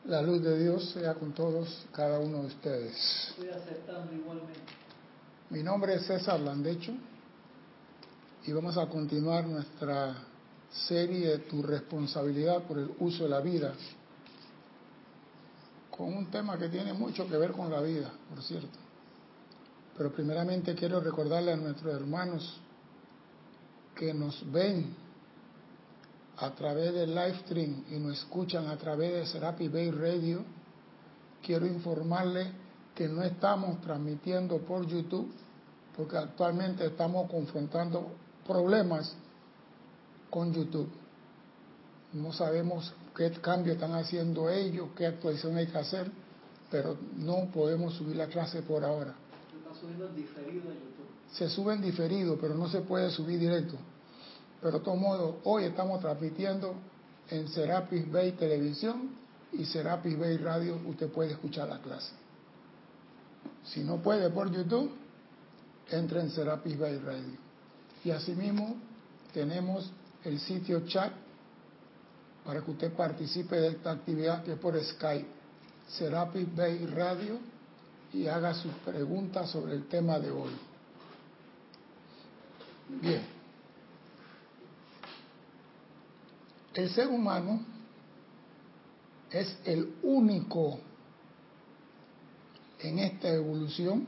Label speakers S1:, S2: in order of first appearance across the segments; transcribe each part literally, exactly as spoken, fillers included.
S1: La luz de Dios sea con todos, cada uno de ustedes.
S2: Estoy aceptando igualmente.
S1: Mi nombre es César Landecho y vamos a continuar nuestra serie Tu responsabilidad por el uso de la vida, con un tema que tiene mucho que ver con la vida, por cierto. Pero primeramente quiero recordarle a nuestros hermanos que nos ven a través del live stream y nos escuchan a través de Serapis Bay Radio. Quiero informarles que no estamos transmitiendo por YouTube porque actualmente estamos confrontando problemas con YouTube. No sabemos qué cambio están haciendo ellos, qué actualización hay que hacer, pero no podemos subir la clase por ahora.
S2: Se está subiendo diferido a YouTube.
S1: Se sube en diferido, pero no se puede subir directo. Pero de todos modos, hoy estamos transmitiendo en Serapis Bay Televisión y Serapis Bay Radio. Usted puede escuchar la clase. Si no puede por YouTube, entre en Serapis Bay Radio. Y asimismo, tenemos el sitio chat para que usted participe de esta actividad que es por Skype. Serapis Bay Radio, y haga sus preguntas sobre el tema de hoy. Bien. El ser humano es el único en esta evolución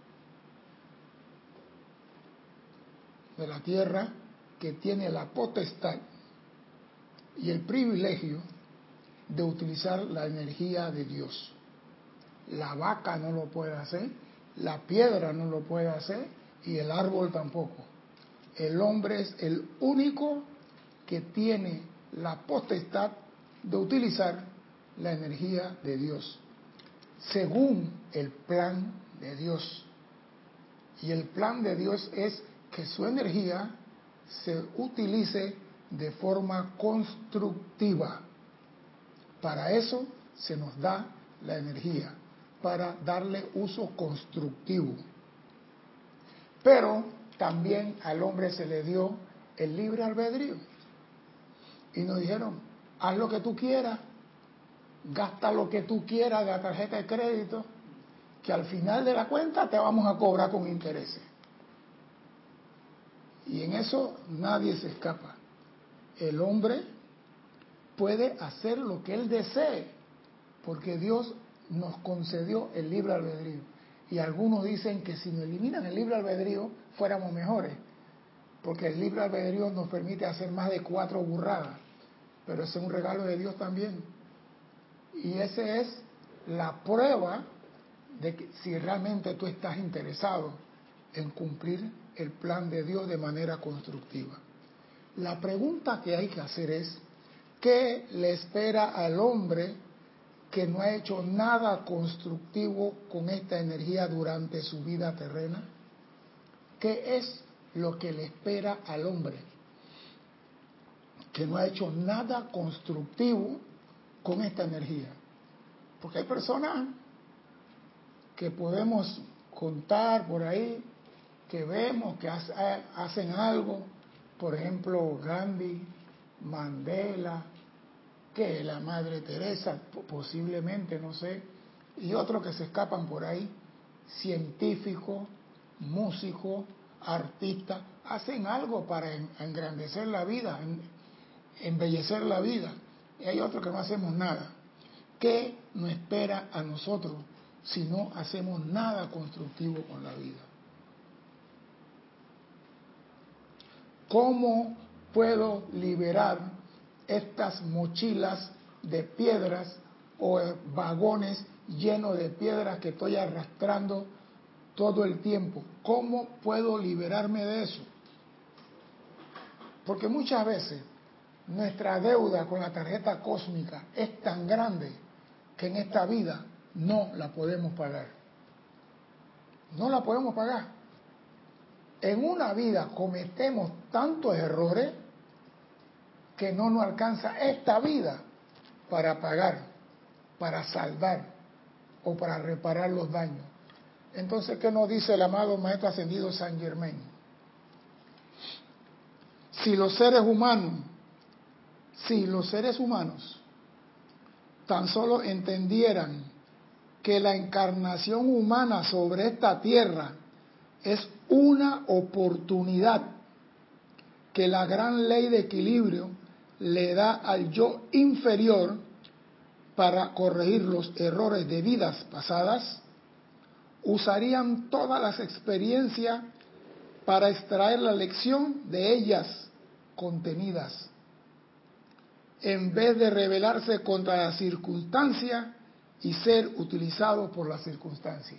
S1: de la Tierra que tiene la potestad y el privilegio de utilizar la energía de Dios. La vaca no lo puede hacer, la piedra no lo puede hacer y el árbol tampoco. El hombre es el único que tiene la potestad de utilizar la energía de Dios según el plan de Dios. Y el plan de Dios es que su energía se utilice de forma constructiva. Para eso se nos da la energía, para darle uso constructivo. Pero también al hombre se le dio el libre albedrío. Y nos dijeron, haz lo que tú quieras, gasta lo que tú quieras de la tarjeta de crédito, que al final de la cuenta te vamos a cobrar con intereses. Y en eso nadie se escapa. El hombre puede hacer lo que él desee, porque Dios nos concedió el libre albedrío. Y algunos dicen que si nos eliminan el libre albedrío, fuéramos mejores, porque el libre albedrío nos permite hacer más de cuatro burradas. Pero ese es un regalo de Dios también. Y esa es la prueba de que si realmente tú estás interesado en cumplir el plan de Dios de manera constructiva. La pregunta que hay que hacer es, ¿qué le espera al hombre que no ha hecho nada constructivo con esta energía durante su vida terrena? ¿Qué es lo que le espera al hombre que no ha hecho nada constructivo con esta energía? Porque hay personas que podemos contar por ahí, que vemos que hacen algo, por ejemplo Gandhi, Mandela, que la Madre Teresa, posiblemente, no sé, y otros que se escapan por ahí, científicos, músicos, artistas, hacen algo para engrandecer la vida, embellecer la vida, y hay otros que no hacemos nada. ¿Qué nos espera a nosotros si no hacemos nada constructivo con la vida? ¿Cómo puedo liberar estas mochilas de piedras o vagones llenos de piedras que estoy arrastrando todo el tiempo? ¿Cómo puedo liberarme de eso? Porque muchas veces nuestra deuda con la tarjeta cósmica es tan grande que en esta vida no la podemos pagar. No la podemos pagar. En una vida cometemos tantos errores que no nos alcanza esta vida para pagar, para saldar o para reparar los daños. Entonces, ¿qué nos dice el amado Maestro Ascendido Saint Germain? Si los seres humanos, si los seres humanos tan solo entendieran que la encarnación humana sobre esta tierra es una oportunidad que la gran ley de equilibrio le da al yo inferior para corregir los errores de vidas pasadas, usarían todas las experiencias para extraer la lección de ellas contenidas, en vez de rebelarse contra la circunstancia y ser utilizados por la circunstancia.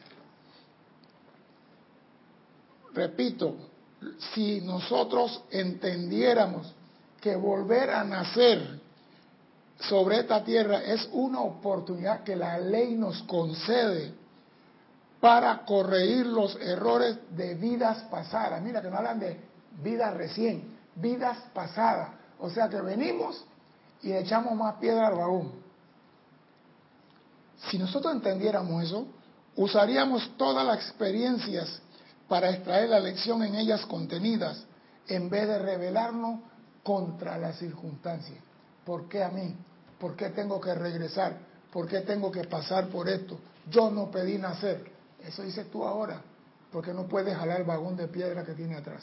S1: Repito, si nosotros entendiéramos que volver a nacer sobre esta tierra es una oportunidad que la ley nos concede para corregir los errores de vidas pasadas. Mira que no hablan de vidas recién, vidas pasadas. O sea que venimos y echamos más piedra al baúl. Si nosotros entendiéramos eso, usaríamos todas las experiencias para extraer la lección en ellas contenidas, en vez de rebelarnos contra las circunstancias. ¿Por qué a mí? ¿Por qué tengo que regresar? ¿Por qué tengo que pasar por esto? Yo no pedí nacer. Eso dices tú ahora, porque no puedes jalar el vagón de piedra que tiene atrás.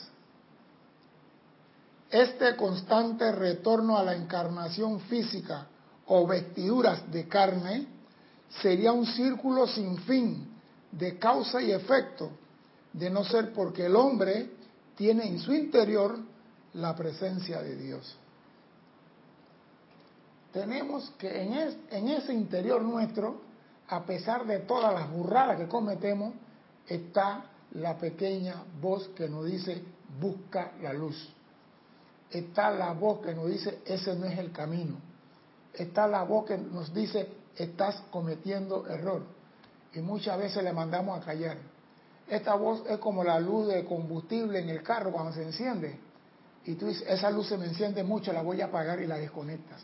S1: Este constante retorno a la encarnación física o vestiduras de carne sería un círculo sin fin de causa y efecto, de no ser porque el hombre tiene en su interior la presencia de Dios. Tenemos que en, es, en ese interior nuestro, a pesar de todas las burradas que cometemos, está la pequeña voz que nos dice, busca la luz. Está la voz que nos dice, ese no es el camino. Está la voz que nos dice, estás cometiendo error. Y muchas veces le mandamos a callar. Esta voz es como la luz de combustible en el carro cuando se enciende. Y tú dices, esa luz se me enciende mucho, la voy a apagar y la desconectas.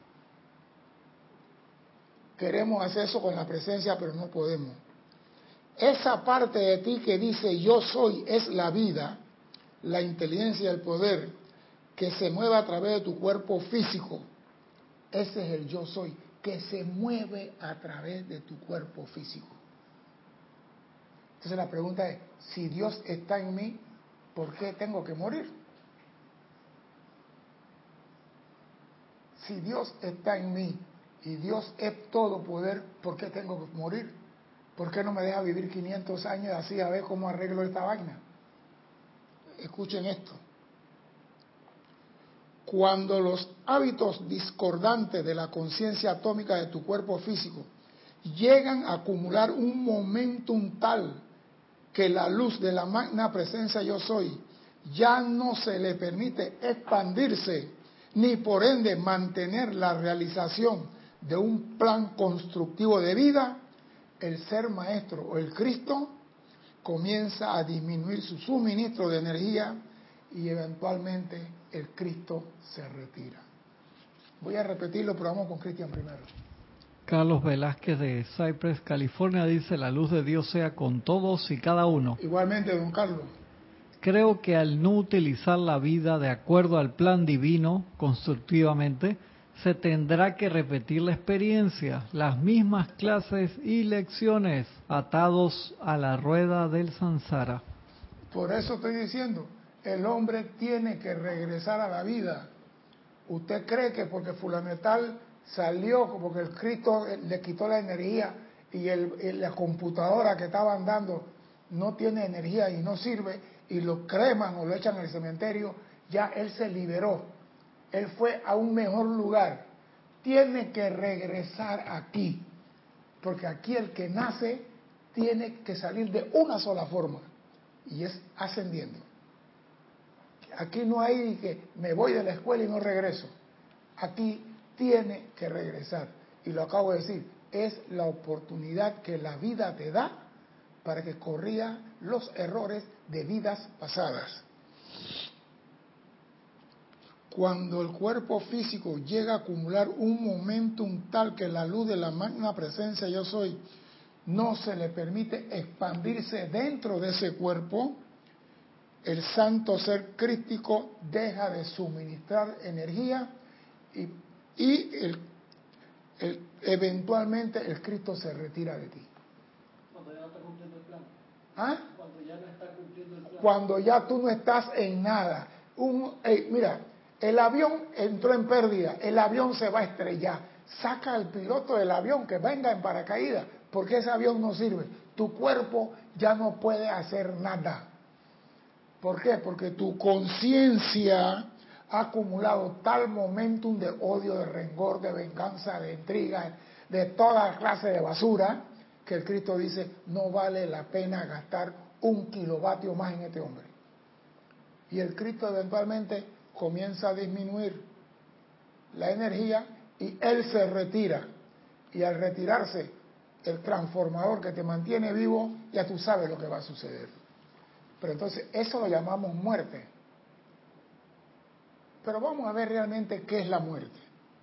S1: Queremos hacer eso con la presencia, pero no podemos. Esa parte de ti que dice yo soy es la vida, la inteligencia y el poder que se mueve a través de tu cuerpo físico. Ese es el yo soy, que se mueve a través de tu cuerpo físico. Entonces la pregunta es, si Dios está en mí, ¿por qué tengo que morir? Si Dios está en mí y Dios es todo poder, ¿por qué tengo que morir? ¿Por qué no me deja vivir quinientos años así a ver cómo arreglo esta vaina? Escuchen esto. Cuando los hábitos discordantes de la conciencia atómica de tu cuerpo físico llegan a acumular un momentum tal que la luz de la magna presencia yo soy ya no se le permite expandirse, ni por ende mantener la realización de un plan constructivo de vida, el ser maestro o el Cristo comienza a disminuir su suministro de energía y eventualmente el Cristo se retira. Voy a repetirlo, pero vamos con Cristian primero.
S3: Carlos Velázquez de Cypress, California, dice: la luz de Dios sea con todos y cada uno.
S1: Igualmente, don Carlos.
S3: Creo que al no utilizar la vida de acuerdo al plan divino constructivamente, se tendrá que repetir la experiencia, las mismas clases y lecciones, atados a la rueda del samsara.
S1: Por eso estoy diciendo, el hombre tiene que regresar a la vida. ¿Usted cree que porque fulanetal salió, porque el Cristo le quitó la energía y el, la computadora que estaban dando no tiene energía y no sirve, y lo creman o lo echan al cementerio, ya él se liberó? Él fue a un mejor lugar. Tiene que regresar aquí, porque aquí el que nace tiene que salir de una sola forma, y es ascendiendo. Aquí no hay que me voy de la escuela y no regreso. Aquí tiene que regresar. Y lo acabo de decir, es la oportunidad que la vida te da para que corrija los errores de vidas pasadas. Cuando el cuerpo físico llega a acumular un momentum tal que la luz de la magna presencia yo soy no se le permite expandirse dentro de ese cuerpo, el santo ser crístico deja de suministrar energía y, y el, el, eventualmente el Cristo se retira de ti.
S2: Cuando ya no está cumpliendo el plan.
S1: ¿Ah?
S2: Cuando ya no está cumpliendo el plan.
S1: Cuando ya tú no estás en nada. Un, hey, mira, el avión entró en pérdida, el avión se va a estrellar. Saca al piloto del avión que venga en paracaídas, porque ese avión no sirve. Tu cuerpo ya no puede hacer nada. ¿Por qué? Porque tu conciencia ha acumulado tal momentum de odio, de rencor, de venganza, de intriga, de toda clase de basura, que el Cristo dice, no vale la pena gastar un kilovatio más en este hombre. Y el Cristo eventualmente comienza a disminuir la energía y él se retira. Y al retirarse, el transformador que te mantiene vivo, ya tú sabes lo que va a suceder. Pero entonces eso lo llamamos muerte. Pero vamos a ver realmente qué es la muerte.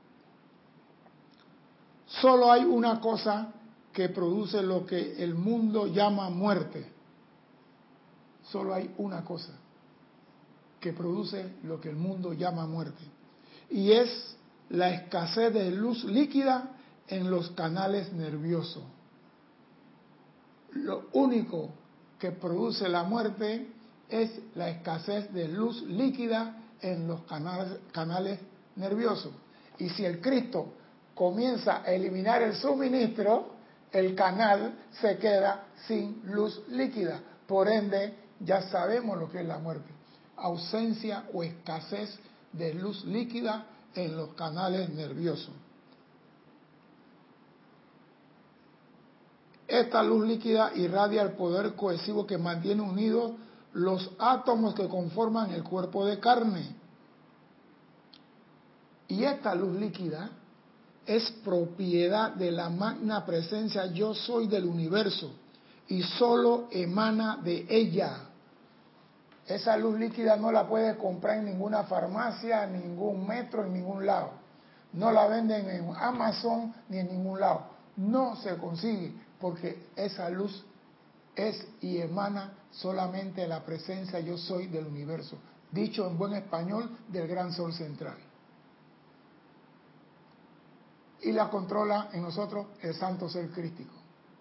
S1: Solo hay una cosa que produce lo que el mundo llama muerte. Solo hay una cosa que produce lo que el mundo llama muerte. Y es la escasez de luz líquida en los canales nerviosos. Lo único que produce la muerte es la escasez de luz líquida en los canales, canales nerviosos. Y si el Cristo comienza a eliminar el suministro, el canal se queda sin luz líquida. Por ende, ya sabemos lo que es la muerte. Ausencia o escasez de luz líquida en los canales nerviosos. Esta luz líquida irradia el poder cohesivo que mantiene unidos los átomos que conforman el cuerpo de carne. Y esta luz líquida es propiedad de la magna presencia yo soy del universo y solo emana de ella. Esa luz líquida no la puedes comprar en ninguna farmacia, en ningún metro, en ningún lado. No la venden en Amazon ni en ningún lado. No se consigue porque esa luz es y emana solamente la presencia yo soy del universo. Dicho en buen español, del gran sol central. Y la controla en nosotros el santo ser crístico.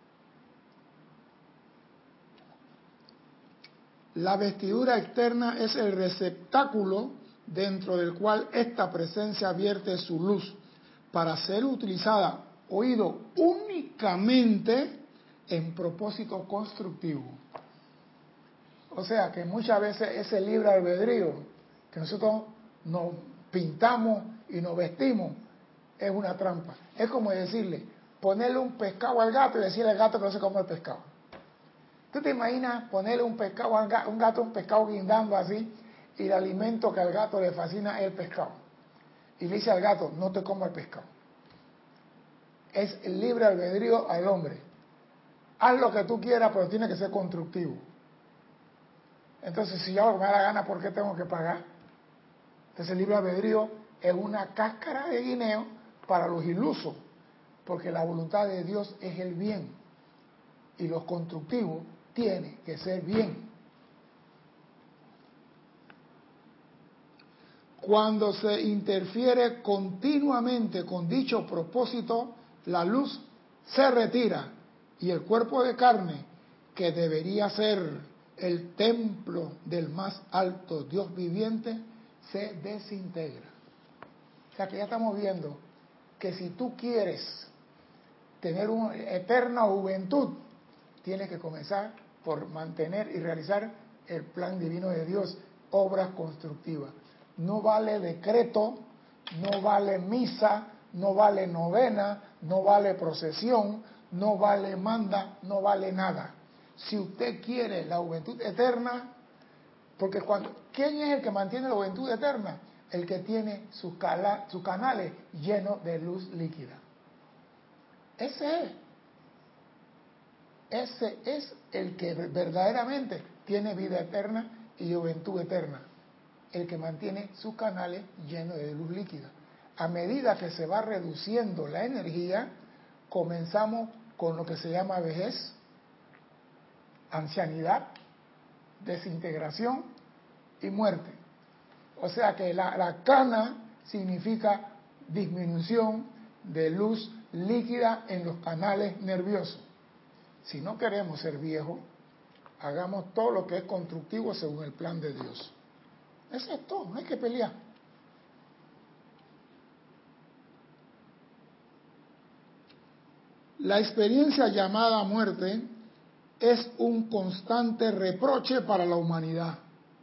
S1: La vestidura externa es el receptáculo dentro del cual esta presencia vierte su luz para ser utilizada, oído, únicamente en propósito constructivo. O sea que muchas veces ese libre albedrío que nosotros nos pintamos y nos vestimos es una trampa. Es como decirle, ponerle un pescado al gato y decirle al gato que no se come el pescado. ¿Tú te imaginas ponerle un pescado a un gato, un pescado guindando así, y el alimento que al gato le fascina es el pescado? Y le dice al gato, no te como el pescado. Es el libre albedrío al hombre. Haz lo que tú quieras, pero tiene que ser constructivo. Entonces, si yo me da la gana, ¿por qué tengo que pagar? Entonces, el libre albedrío es una cáscara de guineo para los ilusos, porque la voluntad de Dios es el bien. Y lo constructivo tiene que ser bien. Cuando se interfiere continuamente con dicho propósito, la luz se retira y el cuerpo de carne, que debería ser el templo del más alto Dios viviente, se desintegra. O sea que ya estamos viendo que si tú quieres tener una eterna juventud, tienes que comenzar por mantener y realizar el plan divino de Dios, obras constructivas. No vale decreto, no vale misa, no vale novena, no vale procesión, no vale manda, no vale nada. Si usted quiere la juventud eterna, porque cuando, ¿quién es el que mantiene la juventud eterna? El que tiene sus, cala, sus canales llenos de luz líquida. Ese es. Ese es el que verdaderamente tiene vida eterna y juventud eterna. El que mantiene sus canales llenos de luz líquida. A medida que se va reduciendo la energía, comenzamos con lo que se llama vejez, ancianidad, desintegración y muerte. O sea que la, la cana significa disminución de luz líquida en los canales nerviosos. Si no queremos ser viejos, hagamos todo lo que es constructivo según el plan de Dios. Eso es todo, no hay que pelear. La experiencia llamada muerte es un constante reproche para la humanidad.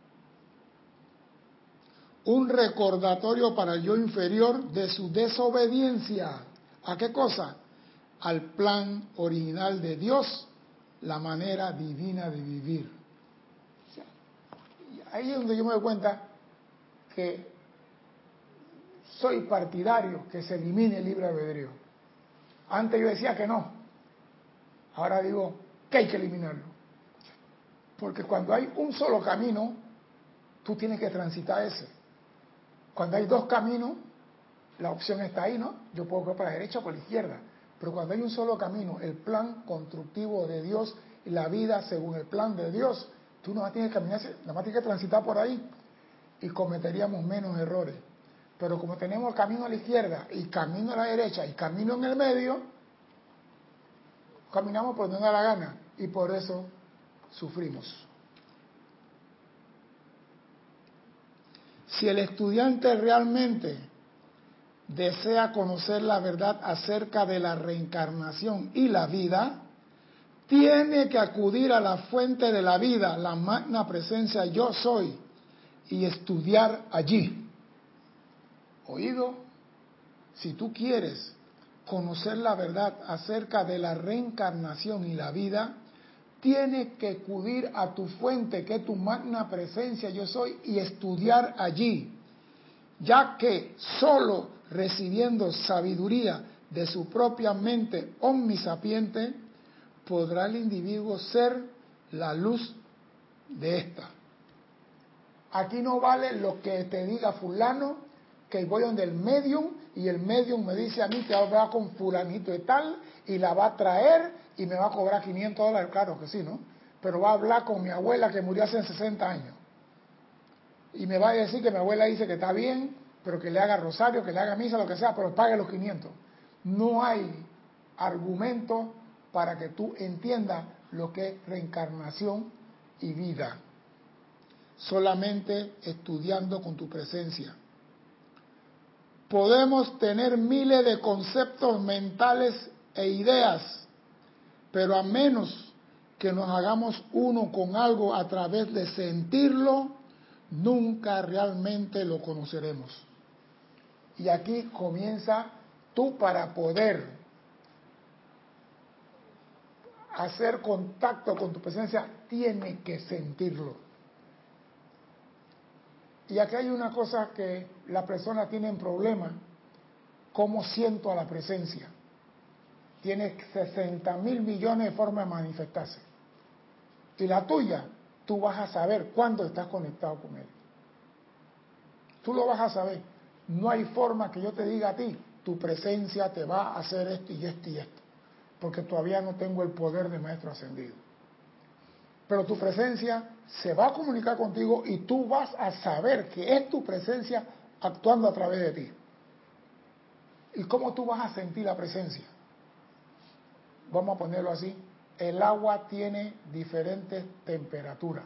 S1: Un recordatorio para el yo inferior de su desobediencia. ¿A qué cosa? Al plan original de Dios, la manera divina de vivir. O sea, ahí es donde yo me doy cuenta que soy partidario que se elimine el libre albedrío. Antes yo decía que no. Ahora digo que hay que eliminarlo. Porque cuando hay un solo camino, tú tienes que transitar ese. Cuando hay dos caminos, la opción está ahí, ¿no? Yo puedo ir para la derecha o por la izquierda. Pero cuando hay un solo camino, el plan constructivo de Dios y la vida según el plan de Dios, tú no tienes que caminar, nada más tienes que transitar por ahí y cometeríamos menos errores. Pero como tenemos camino a la izquierda y camino a la derecha y camino en el medio, caminamos por donde da la gana y por eso sufrimos. Si el estudiante realmente desea conocer la verdad acerca de la reencarnación y la vida, tiene que acudir a la fuente de la vida, la magna presencia yo soy, y estudiar allí. Oído, si tú quieres conocer la verdad acerca de la reencarnación y la vida, tienes que acudir a tu fuente, que es tu magna presencia yo soy, y estudiar allí, ya que solo recibiendo sabiduría de su propia mente omnisapiente, podrá el individuo ser la luz de esta. Aquí no vale lo que te diga fulano, que voy donde el medium y el medium me dice a mí que va a hablar con fulanito y tal y la va a traer y me va a cobrar quinientos dólares, claro que sí, ¿no? Pero va a hablar con mi abuela que murió hace sesenta años y me va a decir que mi abuela dice que está bien, pero que le haga rosario, que le haga misa, lo que sea, pero pague los quinientos. No hay argumento para que tú entiendas lo que es reencarnación y vida. Solamente estudiando con tu presencia. Podemos tener miles de conceptos mentales e ideas, pero a menos que nos hagamos uno con algo a través de sentirlo, nunca realmente lo conoceremos. Y aquí comienza tú, para poder hacer contacto con tu presencia, tienes que sentirlo. Y aquí hay una cosa que las personas tienen problema: ¿cómo siento a la presencia? Tiene sesenta mil millones de formas de manifestarse. Y la tuya, tú vas a saber cuándo estás conectado con él. Tú lo vas a saber. No hay forma que yo te diga a ti, tu presencia te va a hacer esto y esto y esto, porque todavía no tengo el poder de maestro ascendido. Pero tu presencia se va a comunicar contigo y tú vas a saber que es tu presencia actuando a través de ti. ¿Y cómo tú vas a sentir la presencia? Vamos a ponerlo así. El agua tiene diferentes temperaturas.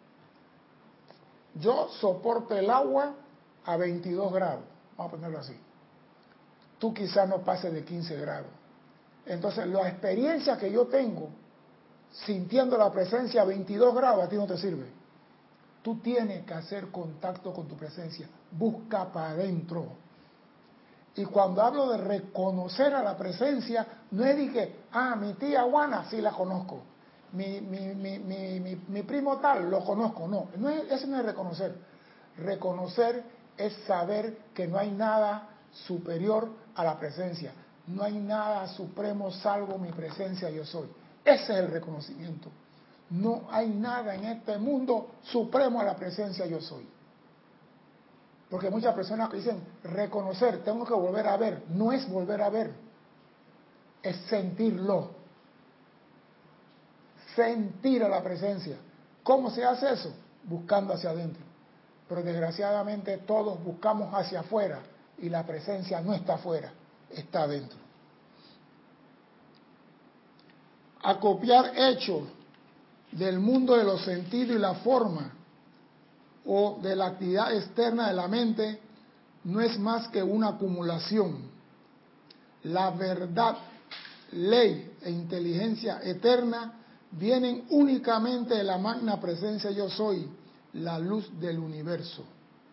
S1: Yo soporto el agua a veintidós grados. Vamos a ponerlo así. Tú quizás no pases de quince grados. Entonces, la experiencia que yo tengo sintiendo la presencia a veintidós grados, a ti no te sirve. Tú tienes que hacer contacto con tu presencia. Busca para adentro. Y cuando hablo de reconocer a la presencia, no es de que, ah, mi tía Juana, sí la conozco. Mi, mi, mi, mi, mi, mi primo tal, lo conozco. No, no es, eso no es reconocer. Reconocer es saber que no hay nada superior a la presencia. No hay nada supremo salvo mi presencia yo soy. Ese es el reconocimiento. No hay nada en este mundo supremo a la presencia yo soy. Porque muchas personas que dicen reconocer, tengo que volver a ver. No es volver a ver, es sentirlo. Sentir a la presencia. ¿Cómo se hace eso? Buscando hacia adentro. Pero desgraciadamente todos buscamos hacia afuera y la presencia no está afuera, está adentro. a copiar hechos del mundo de los sentidos y la forma o de la actividad externa de la mente no es más que una acumulación. La verdad, ley e inteligencia eterna vienen únicamente de la magna presencia yo soy, la luz del universo.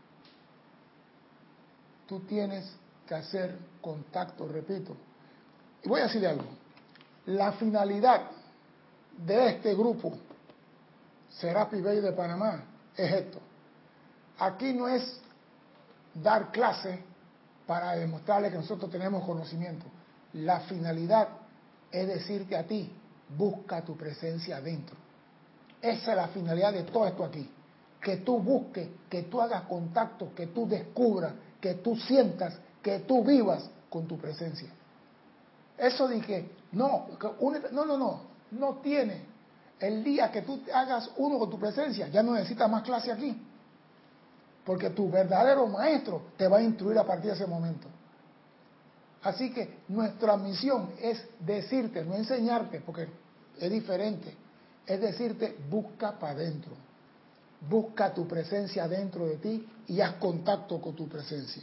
S1: Tú tienes que hacer contacto, repito. Y voy a decirle algo. La finalidad de este grupo, Serapi Bay de Panamá, es esto. Aquí no es dar clase para demostrarle que nosotros tenemos conocimiento. La finalidad es decirte a ti, busca tu presencia adentro. Esa es la finalidad de todo esto aquí. Que tú busques, que tú hagas contacto, que tú descubras, que tú sientas, que tú vivas con tu presencia. Eso de que, no, que un, no, no, no, no tiene. El día que tú hagas uno con tu presencia, ya no necesitas más clase aquí. Porque tu verdadero maestro te va a instruir a partir de ese momento. Así que nuestra misión es decirte, no enseñarte, porque es diferente, es decirte, busca para adentro. Busca tu presencia dentro de ti y haz contacto con tu presencia.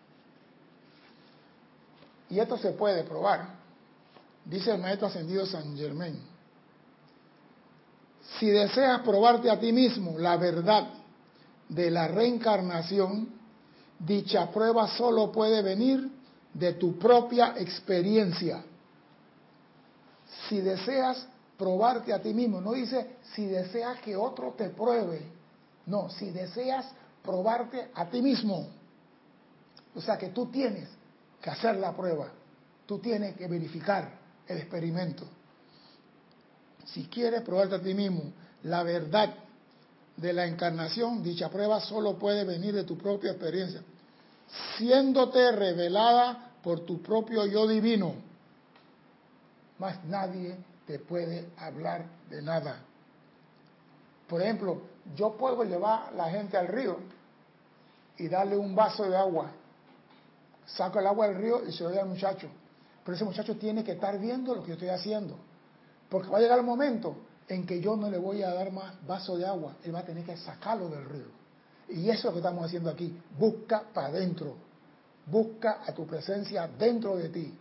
S1: Y esto se puede probar. Dice el maestro ascendido San Germain. Si deseas probarte a ti mismo la verdad de la reencarnación, dicha prueba solo puede venir de tu propia experiencia. Si deseas probarte a ti mismo, no dice si deseas que otro te pruebe, no, si deseas probarte a ti mismo. O sea que tú tienes que hacer la prueba, tú tienes que verificar el experimento. Si quieres probarte a ti mismo la verdad de la encarnación, dicha prueba solo puede venir de tu propia experiencia, siéndote revelada por tu propio yo divino. Más nadie te puede hablar de nada. Por ejemplo, yo puedo llevar a la gente al río y darle un vaso de agua. Saco el agua del río y se lo doy al muchacho. Pero ese muchacho tiene que estar viendo lo que yo estoy haciendo. Porque va a llegar el momento en que yo no le voy a dar más vaso de agua. Él va a tener que sacarlo del río. Y eso es lo que estamos haciendo aquí. Busca para adentro. Busca a tu presencia dentro de ti.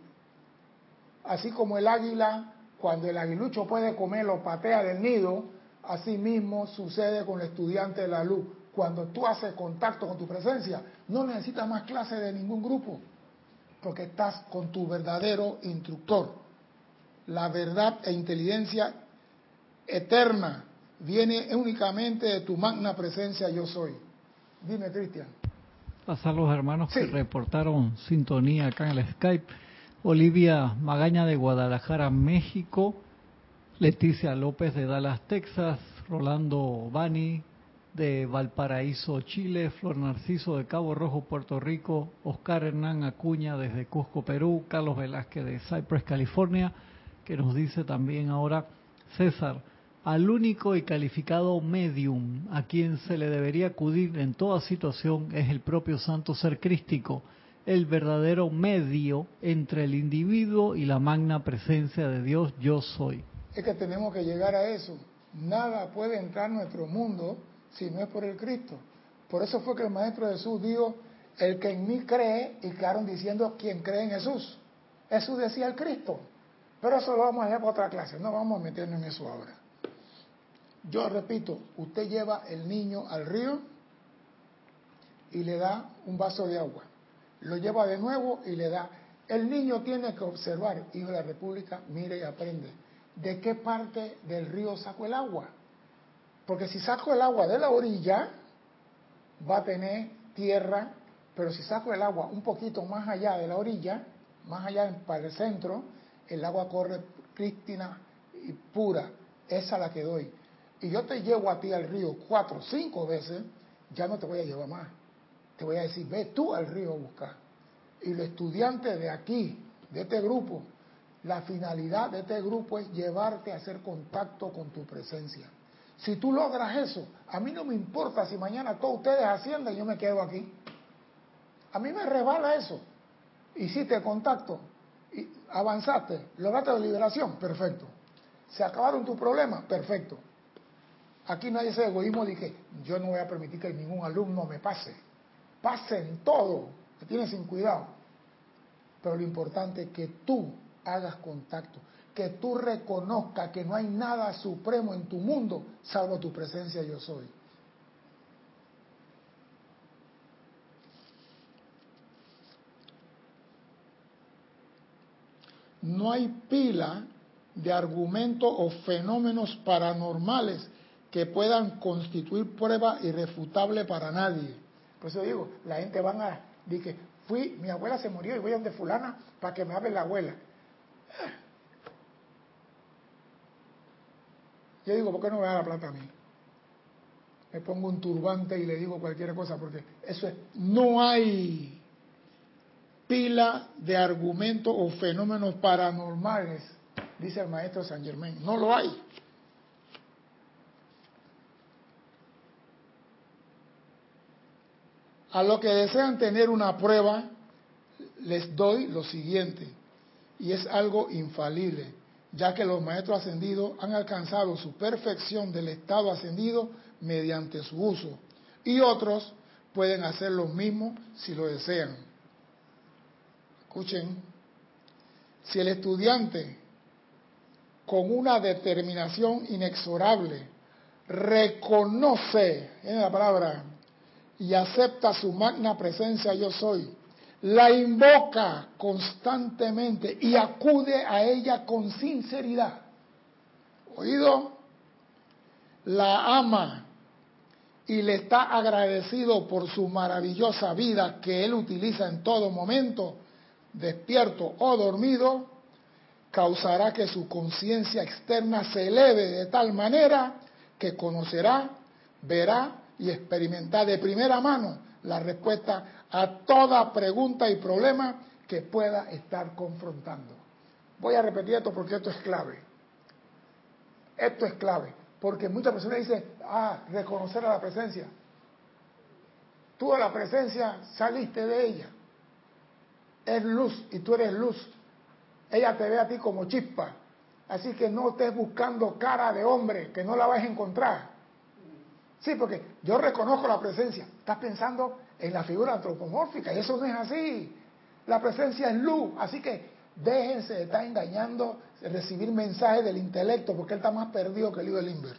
S1: Así como el águila, cuando el aguilucho puede comer, lo patea del nido, así mismo sucede con el estudiante de la luz. Cuando tú haces contacto con tu presencia, no necesitas más clases de ningún grupo, porque estás con tu verdadero instructor. La verdad e inteligencia eterna viene únicamente de tu magna presencia yo soy. Dime, Cristian.
S3: Pasar los hermanos
S1: Sí.
S3: que reportaron sintonía acá en el Skype. Olivia Magaña de Guadalajara, México. Leticia López de Dallas, Texas. Rolando Bani de Valparaíso, Chile. Flor Narciso de Cabo Rojo, Puerto Rico. Oscar Hernán Acuña desde Cusco, Perú. Carlos Velázquez de Cypress, California, que nos dice también ahora: César, al único y calificado medium a quien se le debería acudir en toda situación es el propio santo ser crístico, el verdadero medio entre el individuo y la magna presencia de Dios yo soy.
S1: Es que tenemos que llegar a eso. Nada puede entrar en nuestro mundo si no es por el Cristo. Por eso fue que el Maestro Jesús dijo, el que en mí cree, y quedaron diciendo, ¿quién cree en Jesús? Jesús decía el Cristo. Pero eso lo vamos a dejar para otra clase, no vamos a meternos en eso ahora. Yo repito, usted lleva el niño al río y le da un vaso de agua. Lo lleva de nuevo y le da. El niño tiene que observar, hijo de la República, mire y aprende. ¿De qué parte del río saco el agua? Porque si saco el agua de la orilla, va a tener tierra, pero si saco el agua un poquito más allá de la orilla, más allá para el centro, el agua corre prístina y pura. Esa es la que doy. Y yo te llevo a ti al río cuatro o cinco veces, ya no te voy a llevar más. Te voy a decir, ve tú al río a buscar. Y los estudiantes de aquí, de este grupo, la finalidad de este grupo es llevarte a hacer contacto con tu presencia. Si tú logras eso, a mí no me importa si mañana todos ustedes ascienden y yo me quedo aquí. A mí me resbala eso. Hiciste contacto, y avanzaste, lograste la liberación, perfecto. ¿Se acabaron tus problemas? Perfecto. Aquí no hay ese egoísmo de que yo no voy a permitir que ningún alumno me pase. Pasen todo, me tienen sin cuidado. Pero lo importante es que tú hagas contacto, que tú reconozcas que no hay nada supremo en tu mundo salvo tu presencia yo soy. No hay pila de argumentos o fenómenos paranormales que puedan constituir prueba irrefutable para nadie. Por eso digo, la gente van a decir que fui, mi abuela se murió y voy a donde fulana para que me hable la abuela. Yo digo, ¿por qué no me da la plata a mí? Me pongo un turbante y le digo cualquier cosa, porque eso es, no hay pila de argumentos o fenómenos paranormales, dice el maestro Saint Germain. No lo hay. A los que desean tener una prueba, les doy lo siguiente, y es algo infalible, ya que los maestros ascendidos han alcanzado su perfección del estado ascendido mediante su uso, y otros pueden hacer lo mismo si lo desean. Escuchen, si el estudiante con una determinación inexorable reconoce, en la palabra, y acepta su magna presencia yo soy, la invoca constantemente y acude a ella con sinceridad, ¿oído? La ama y le está agradecido por su maravillosa vida que él utiliza en todo momento, despierto o dormido, causará que su conciencia externa se eleve de tal manera que conocerá, verá y experimentar de primera mano la respuesta a toda pregunta y problema que pueda estar confrontando. Voy a repetir esto porque esto es clave. Esto es clave, porque muchas personas dicen, ah, reconocer a la presencia. Tú a la presencia saliste de ella. Es luz y tú eres luz. Ella te ve a ti como chispa. Así que no estés buscando cara de hombre, que no la vas a encontrar. Sí, porque yo reconozco la presencia. Estás pensando en la figura antropomórfica y eso no es así. La presencia es luz, así que déjense de estar engañando, de recibir mensajes del intelecto, porque él está más perdido que el libro de Limber.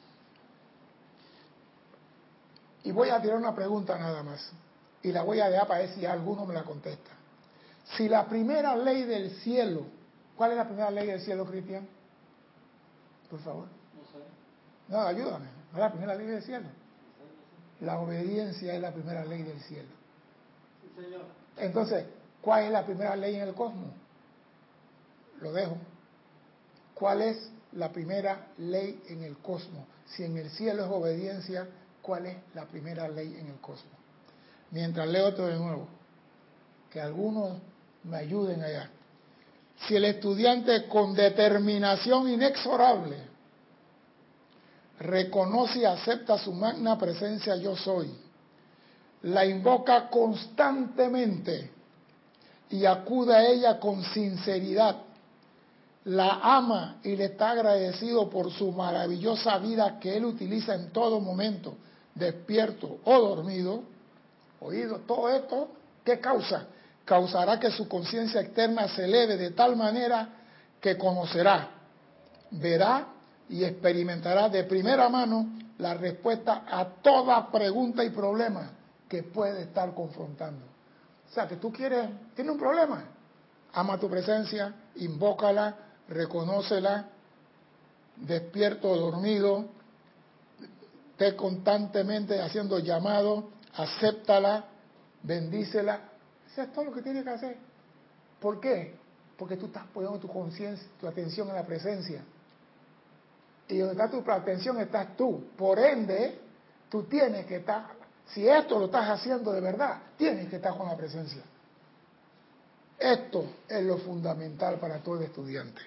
S1: Y voy a tirar una pregunta nada más, y la voy a dejar para ver si alguno me la contesta. Si la primera ley del cielo, ¿cuál es la primera ley del cielo, Cristian? Por favor.
S2: No sé.
S1: No, ayúdame. ¿No es la primera ley del cielo? La obediencia es la primera ley del cielo.
S2: Sí, señor.
S1: Entonces, ¿cuál es la primera ley en el cosmos? Lo dejo. ¿Cuál es la primera ley en el cosmos? Si en el cielo es obediencia, ¿cuál es la primera ley en el cosmos? Mientras leo esto de nuevo, que algunos me ayuden allá. Si el estudiante con determinación inexorable reconoce y acepta su magna presencia yo soy, la invoca constantemente y acude a ella con sinceridad, la ama y le está agradecido por su maravillosa vida que él utiliza en todo momento, despierto o dormido, oído, todo esto, ¿qué causa? Causará que su conciencia externa se eleve de tal manera que conocerá, verá y experimentará de primera mano la respuesta a toda pregunta y problema que puede estar confrontando. O sea, que tú quieres, tienes un problema, ama tu presencia, invócala, reconócela, despierto o dormido, esté constantemente haciendo llamados, acéptala, bendícela. Eso es todo lo que tienes que hacer. ¿Por qué? Porque tú estás poniendo tu conciencia, tu atención en la presencia. Y donde está tu atención estás tú. Por ende, tú tienes que estar, si esto lo estás haciendo de verdad, tienes que estar con la presencia. Esto es lo fundamental para todo estudiante.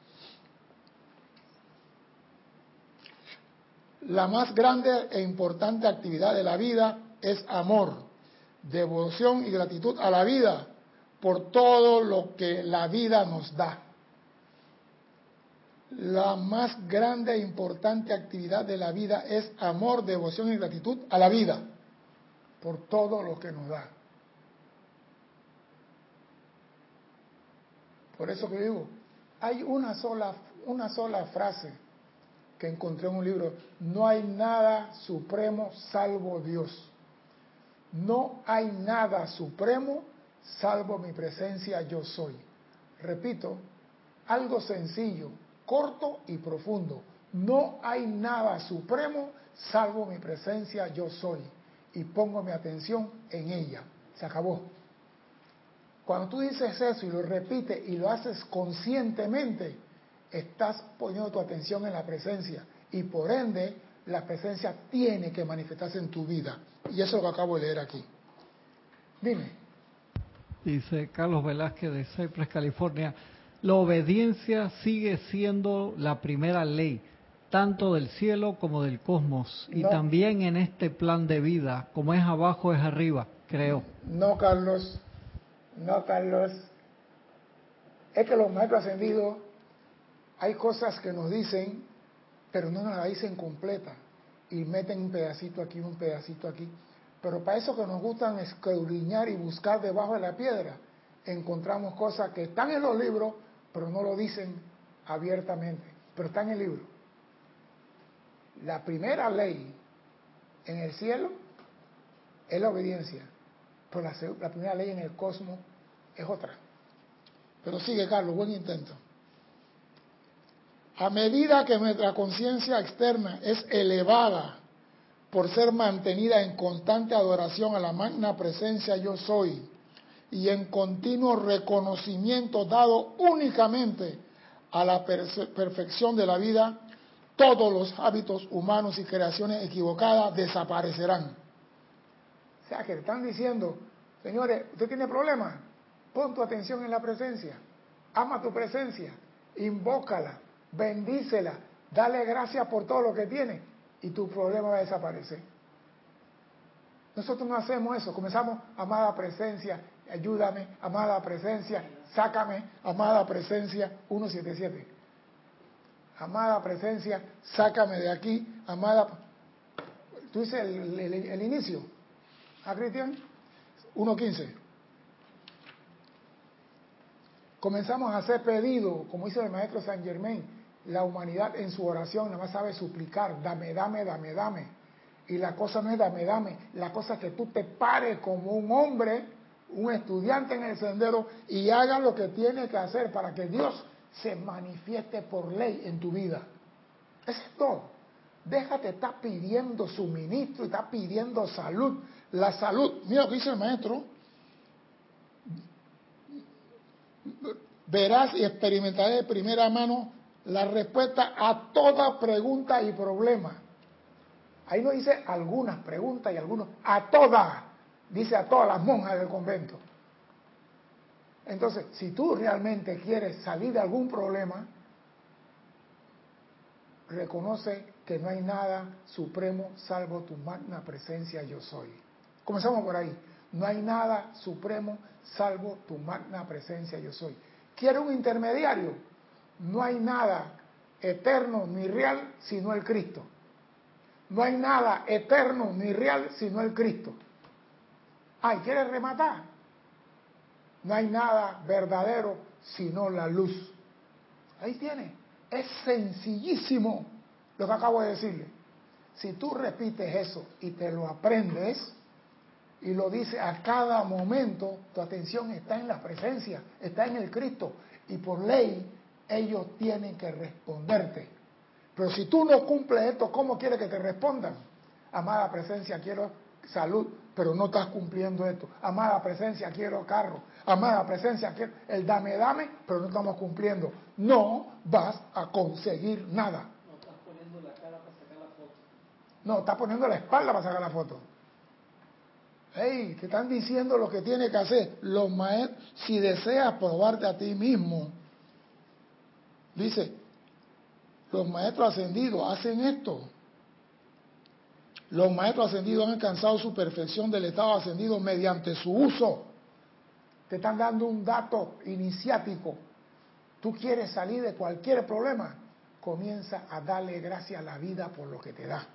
S1: La más grande e importante actividad de la vida es amor, devoción y gratitud a la vida por todo lo que la vida nos da. la más grande e importante actividad de la vida es amor, devoción y gratitud a la vida por todo lo que nos da. Por eso que digo, hay una sola, una sola frase que encontré en un libro: no hay nada supremo salvo Dios. No hay nada supremo salvo mi presencia yo soy. Repito, algo sencillo, corto y profundo. No hay nada supremo salvo mi presencia yo soy. Y pongo mi atención en ella. Se acabó. Cuando tú dices eso y lo repites y lo haces conscientemente, estás poniendo tu atención en la presencia. Y por ende, la presencia tiene que manifestarse en tu vida. Y eso es lo que acabo de leer aquí. Dime.
S3: Dice Carlos Velázquez de Cypress, California: la obediencia sigue siendo la primera ley, tanto del cielo como del cosmos, y
S1: No.
S3: también en este plan de vida, como es abajo es arriba, creo.
S1: No, Carlos. No, Carlos. Es que los maestros ascendidos, hay cosas que nos dicen, pero no nos la dicen completa. Y meten un pedacito aquí, un pedacito aquí. Pero para eso que nos gustan escudriñar y buscar debajo de la piedra, encontramos cosas que están en los libros, pero no lo dicen abiertamente. Pero está en el libro. La primera ley en el cielo es la obediencia. Pero la, la primera ley en el cosmos es otra. Pero sigue, Carlos, buen intento. A medida que nuestra conciencia externa es elevada por ser mantenida en constante adoración a la magna presencia yo soy y en continuo reconocimiento dado únicamente a la perfección de la vida, todos los hábitos humanos y creaciones equivocadas desaparecerán. O sea que le están diciendo, señores, ¿usted tiene problemas? Pon tu atención en la presencia, ama tu presencia, invócala, bendícela, dale gracias por todo lo que tiene y tu problema va a desaparecer. Nosotros no hacemos eso, comenzamos, amada presencia, ayúdame, amada presencia, sácame, amada presencia, ciento setenta y siete. Amada presencia, sácame de aquí, amada. Tú dices el, el, el inicio, ¿ah, Cristian? uno quince. Comenzamos a hacer pedidos, como dice el maestro Saint Germain. La humanidad en su oración nada más sabe suplicar, dame, dame, dame, dame. Y la cosa no es dame, dame, la cosa es que tú te pares como un hombre, un estudiante en el sendero y haga lo que tiene que hacer para que Dios se manifieste por ley en tu vida. Eso es todo. Déjate estar pidiendo suministro y estar pidiendo salud. La salud, mira lo que dice el maestro, verás y experimentarás de primera mano la respuesta a toda pregunta y problema. Ahí no dice algunas preguntas y algunos, a todas, dice a todas las monjas del convento. Entonces, si tú realmente quieres salir de algún problema, reconoce que no hay nada supremo salvo tu magna presencia yo soy. Comenzamos por ahí. No hay nada supremo salvo tu magna presencia yo soy. ¿Quiere un intermediario? No hay nada eterno ni real sino el Cristo. No hay nada eterno ni real sino el Cristo. Ay, ¿quieres rematar? No hay nada verdadero sino la luz. Ahí tiene. Es sencillísimo lo que acabo de decirle. Si tú repites eso y te lo aprendes y lo dices a cada momento, tu atención está en la presencia, está en el Cristo. Y por ley, ellos tienen que responderte. Pero si tú no cumples esto, ¿cómo quieres que te respondan? Amada presencia, quiero salud, pero no estás cumpliendo esto. Amada presencia, quiero carro. Amada presencia, quiero el dame, dame, pero no estamos cumpliendo. No vas a conseguir nada.
S2: No estás poniendo la cara para sacar la foto.
S1: No, estás poniendo la espalda para sacar la foto. Hey, te están diciendo lo que tienes que hacer. Los maestros, si deseas probarte a ti mismo, dice, los maestros ascendidos hacen esto. Los maestros ascendidos han alcanzado su perfección del estado ascendido mediante su uso. Te están dando un dato iniciático. Tú quieres salir de cualquier problema. comienza a darle gracias a la vida por lo que te da.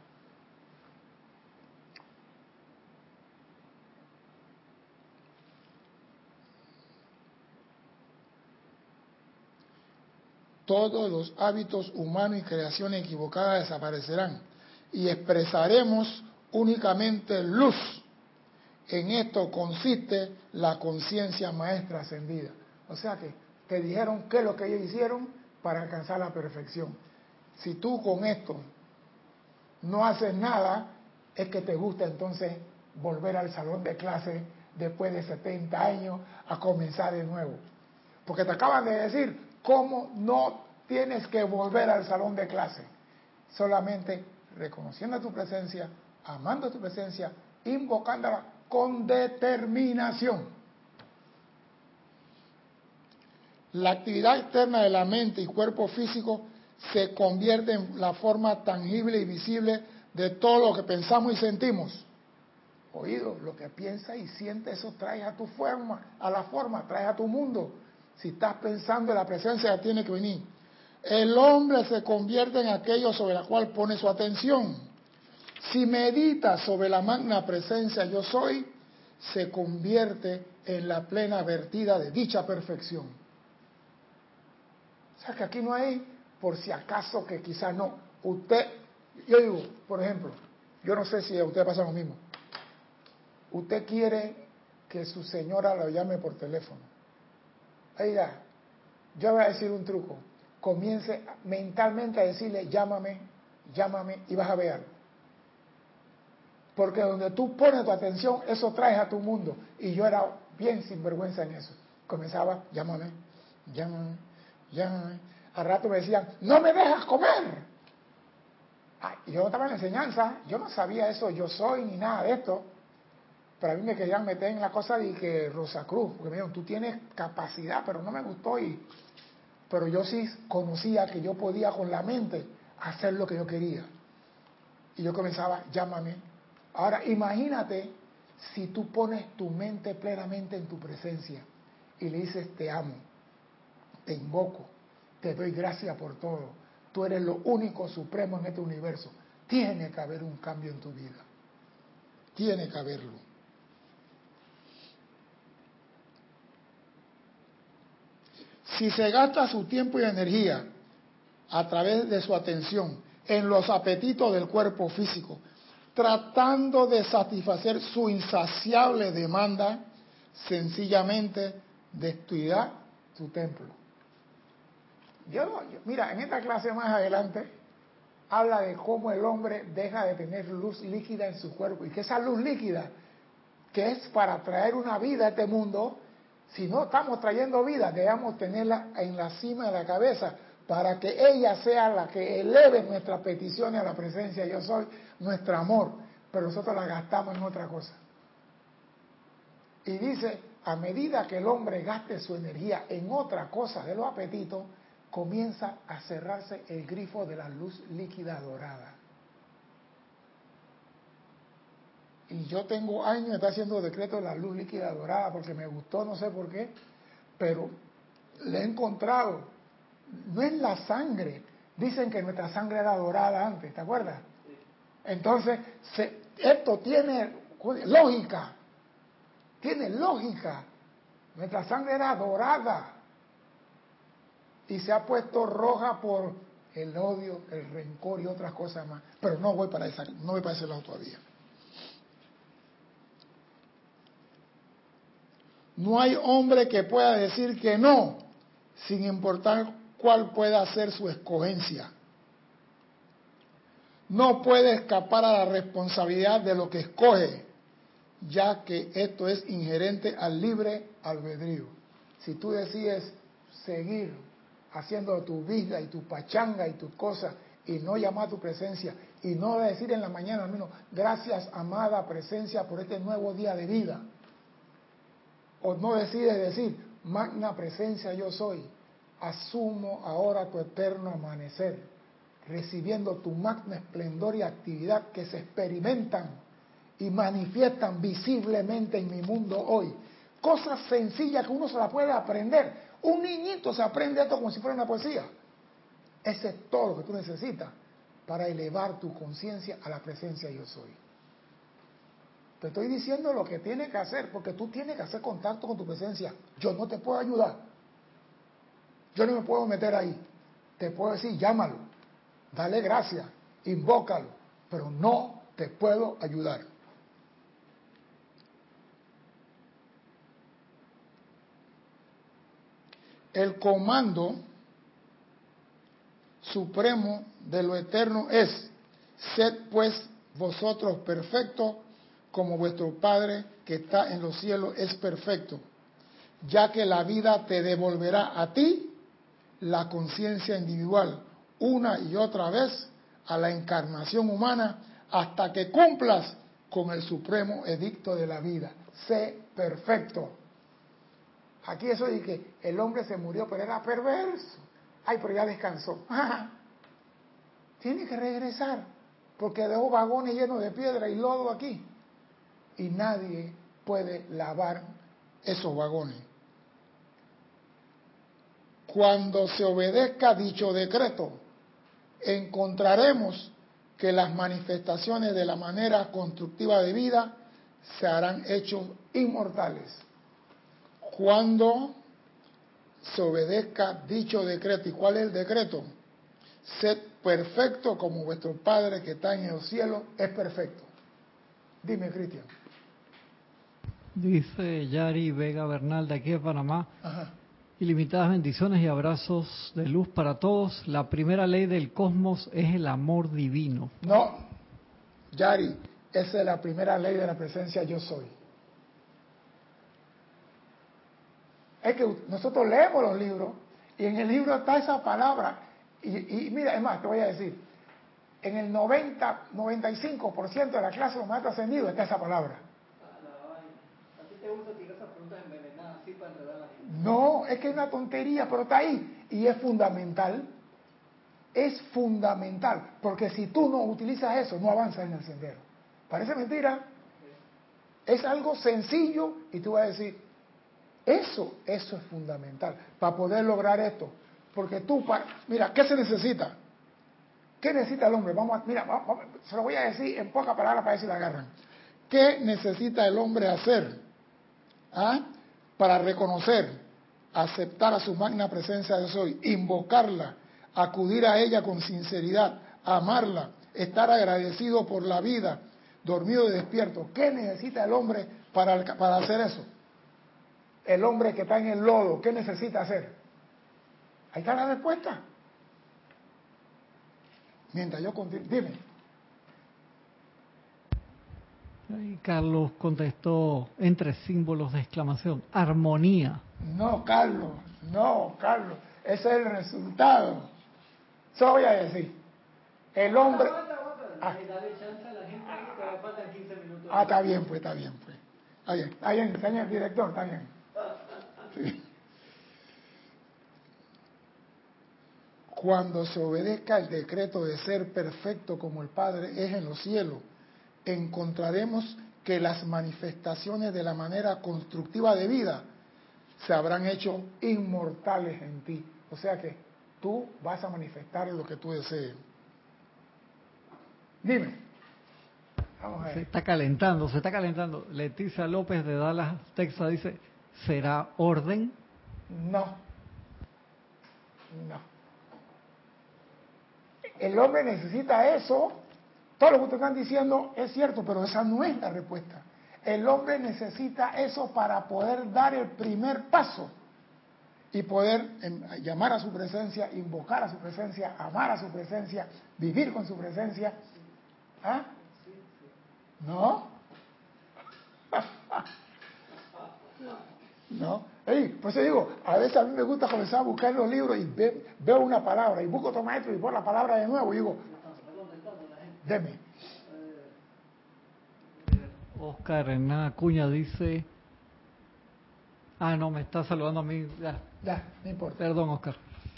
S1: Todos los hábitos humanos y creaciones equivocadas desaparecerán y expresaremos únicamente luz. En esto consiste la conciencia maestra ascendida. O sea que te dijeron qué es lo que ellos hicieron para alcanzar la perfección. Si tú con esto no haces nada, es que te gusta entonces volver al salón de clase después de setenta años a comenzar de nuevo. Porque te acaban de decir cómo no tienes que volver al salón de clase. Solamente reconociendo tu presencia, amando tu presencia, invocándola con determinación. La actividad externa de la mente y cuerpo físico se convierte en la forma tangible y visible de todo lo que pensamos y sentimos. Oído, lo que piensas y sientes, eso trae a tu forma, a la forma, trae a tu mundo. Si estás pensando en la presencia, tiene que venir. El hombre se convierte en aquello sobre la cual pone su atención. Si medita sobre la magna presencia yo soy, se convierte en la plena vertida de dicha perfección. O sea que aquí no hay, por si acaso que quizás no. Usted, yo digo, por ejemplo, yo no sé si a usted pasa lo mismo. Usted quiere que su señora lo llame por teléfono. Oiga, yo voy a decir un truco. Comience mentalmente a decirle, llámame, llámame, y vas a ver algo. Porque donde tú pones tu atención, eso traes a tu mundo. Y yo era bien sinvergüenza en eso. Comenzaba, llámame, llámame, llámame. Al rato me decían, no me dejas comer. Ay, yo no estaba en la enseñanza, yo no sabía eso, yo soy, ni nada de esto. Pero a mí me querían meter en la cosa de que Rosacruz, porque me dijeron, tú tienes capacidad, pero no me gustó. y Pero yo sí conocía que yo podía con la mente hacer lo que yo quería. Y yo comenzaba, llámame. Ahora, imagínate si tú pones tu mente plenamente en tu presencia y le dices, te amo, te invoco, te doy gracias por todo. Tú eres lo único supremo en este universo. Tiene que haber un cambio en tu vida. Tiene que haberlo. Si se gasta su tiempo y energía a través de su atención en los apetitos del cuerpo físico, tratando de satisfacer su insaciable demanda, sencillamente destruirá su templo. Yo, yo, mira, en esta clase más adelante habla de cómo el hombre deja de tener luz líquida en su cuerpo y que esa luz líquida, que es para traer una vida a este mundo, si no estamos trayendo vida, debemos tenerla en la cima de la cabeza para que ella sea la que eleve nuestras peticiones a la presencia yo soy, nuestro amor, pero nosotros la gastamos en otra cosa. Y dice, a medida que el hombre gaste su energía en otra cosa de los apetitos, comienza a cerrarse el grifo de la luz líquida dorada. Y yo tengo años de estar haciendo decreto de la luz líquida dorada porque me gustó, no sé por qué, pero le he encontrado. No es la sangre. Dicen que nuestra sangre era dorada antes, ¿te acuerdas? Entonces, se, esto tiene lógica. Tiene lógica. Nuestra sangre era dorada. Y se ha puesto roja por el odio, el rencor y otras cosas más. Pero no voy para esa, no voy para ese lado todavía. No hay hombre que pueda decir que no, sin importar cuál pueda ser su escogencia. No puede escapar a la responsabilidad de lo que escoge, ya que esto es inherente al libre albedrío. Si tú decides seguir haciendo tu vida y tu pachanga y tus cosas y no llamar a tu presencia y no decir en la mañana al menos, gracias amada presencia por este nuevo día de vida. O no decides decir, magna presencia yo soy, asumo ahora tu eterno amanecer, recibiendo tu magna esplendor y actividad que se experimentan y manifiestan visiblemente en mi mundo hoy. Cosas sencillas que uno se la puede aprender. Un niñito se aprende esto como si fuera una poesía. Ese es todo lo que tú necesitas para elevar tu conciencia a la presencia yo soy. Te estoy diciendo lo que tienes que hacer, porque tú tienes que hacer contacto con tu presencia. Yo no te puedo ayudar. Yo no me puedo meter ahí. Te puedo decir, llámalo, dale gracias, invócalo, pero no te puedo ayudar. El comando supremo de lo eterno es: sed pues vosotros perfectos como vuestro Padre que está en los cielos es perfecto, ya que la vida te devolverá a ti la conciencia individual una y otra vez a la encarnación humana hasta que cumplas con el supremo edicto de la vida. Sé perfecto. Aquí eso dice que el hombre se murió pero era perverso. Ay, pero ya descansó. Tiene que regresar porque dejó vagones llenos de piedra y lodo aquí. Y nadie puede lavar esos vagones. Cuando se obedezca dicho decreto, encontraremos que las manifestaciones de la manera constructiva de vida se harán hechos inmortales. Cuando se obedezca dicho decreto. ¿Y cuál es el decreto? Sed perfecto como vuestro Padre que está en el cielo es perfecto. Dime, Cristian.
S3: Dice Yari Vega Bernal de aquí de Panamá.
S1: Ajá.
S3: Ilimitadas bendiciones y abrazos de luz para todos. La primera ley del cosmos es el amor divino.
S1: No, Yari, esa es la primera ley de la presencia yo soy. Es que nosotros leemos los libros y en el libro está esa palabra. Y, y mira, es más, te voy a decir, en el noventa, noventa y cinco por ciento de la clase de los maestros ascendidos está esa palabra.
S2: ¿A ti te gusta tirar esas preguntas envenenadas así para enredar la gente?
S1: No, es que es una tontería, pero está ahí. Y es fundamental. Es fundamental. Porque si tú no utilizas eso, no avanzas en el sendero. Parece mentira. Es algo sencillo y tú vas a decir, eso, eso es fundamental para poder lograr esto. Porque tú, para, mira, ¿qué se necesita? ¿Qué necesita el hombre? Vamos a, mira, vamos, se lo voy a decir en pocas palabras para ver si la agarran. ¿Qué necesita el hombre hacer? ¿Ah? Para reconocer, aceptar a su magna presencia de soy, invocarla, acudir a ella con sinceridad, amarla, estar agradecido por la vida, dormido y despierto. ¿Qué necesita el hombre para, para hacer eso? El hombre que está en el lodo, ¿qué necesita hacer? Ahí está la respuesta. Mientras yo continúo, dime.
S3: Y Carlos contestó entre símbolos de exclamación, armonía.
S1: No, Carlos, no, Carlos, ese es el resultado. Solo voy a decir, el hombre...
S2: Aguanta, aguanta, aguanta.
S1: Ah,
S2: Dale chance a la gente ahí que todavía faltan quince minutos.
S1: ah, está bien, pues, está bien, pues. Está bien, está bien, está bien, director, está bien. Sí. Cuando se obedezca el decreto de ser perfecto como el Padre es en los cielos, encontraremos que las manifestaciones de la manera constructiva de vida se habrán hecho inmortales en ti. O sea que tú vas a manifestar lo que tú desees. Dime. Vamos a ver.
S3: Se está calentando, se está calentando. Leticia López de Dallas, Texas dice, ¿será orden?
S1: No. No. El hombre necesita eso. Todo lo que ustedes están diciendo es cierto, pero esa no es la respuesta. El hombre necesita eso para poder dar el primer paso y poder llamar a su presencia, invocar a su presencia, amar a su presencia, vivir con su presencia. ¿Ah? ¿No? ¿No? Hey, pues yo digo, a veces a mí me gusta comenzar a buscar los libros y ve, veo una palabra y busco otro maestro y veo la palabra de nuevo y digo, deme.
S3: Oscar Hernán Acuña dice, ah, no, me está saludando a mí. Ya,
S1: Ya, no importa.
S3: perdón, Oscar.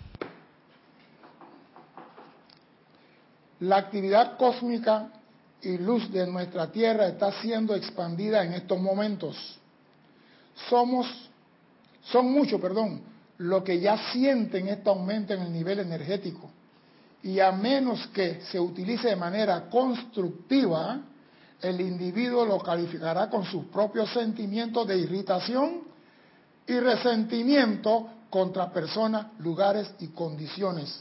S1: La actividad cósmica y luz de nuestra Tierra está siendo expandida en estos momentos. Somos, son muchos, perdón, los que ya sienten este aumento en el nivel energético. y a menos que se utilice de manera constructiva, el individuo lo calificará con sus propios sentimientos de irritación y resentimiento contra personas, lugares y condiciones.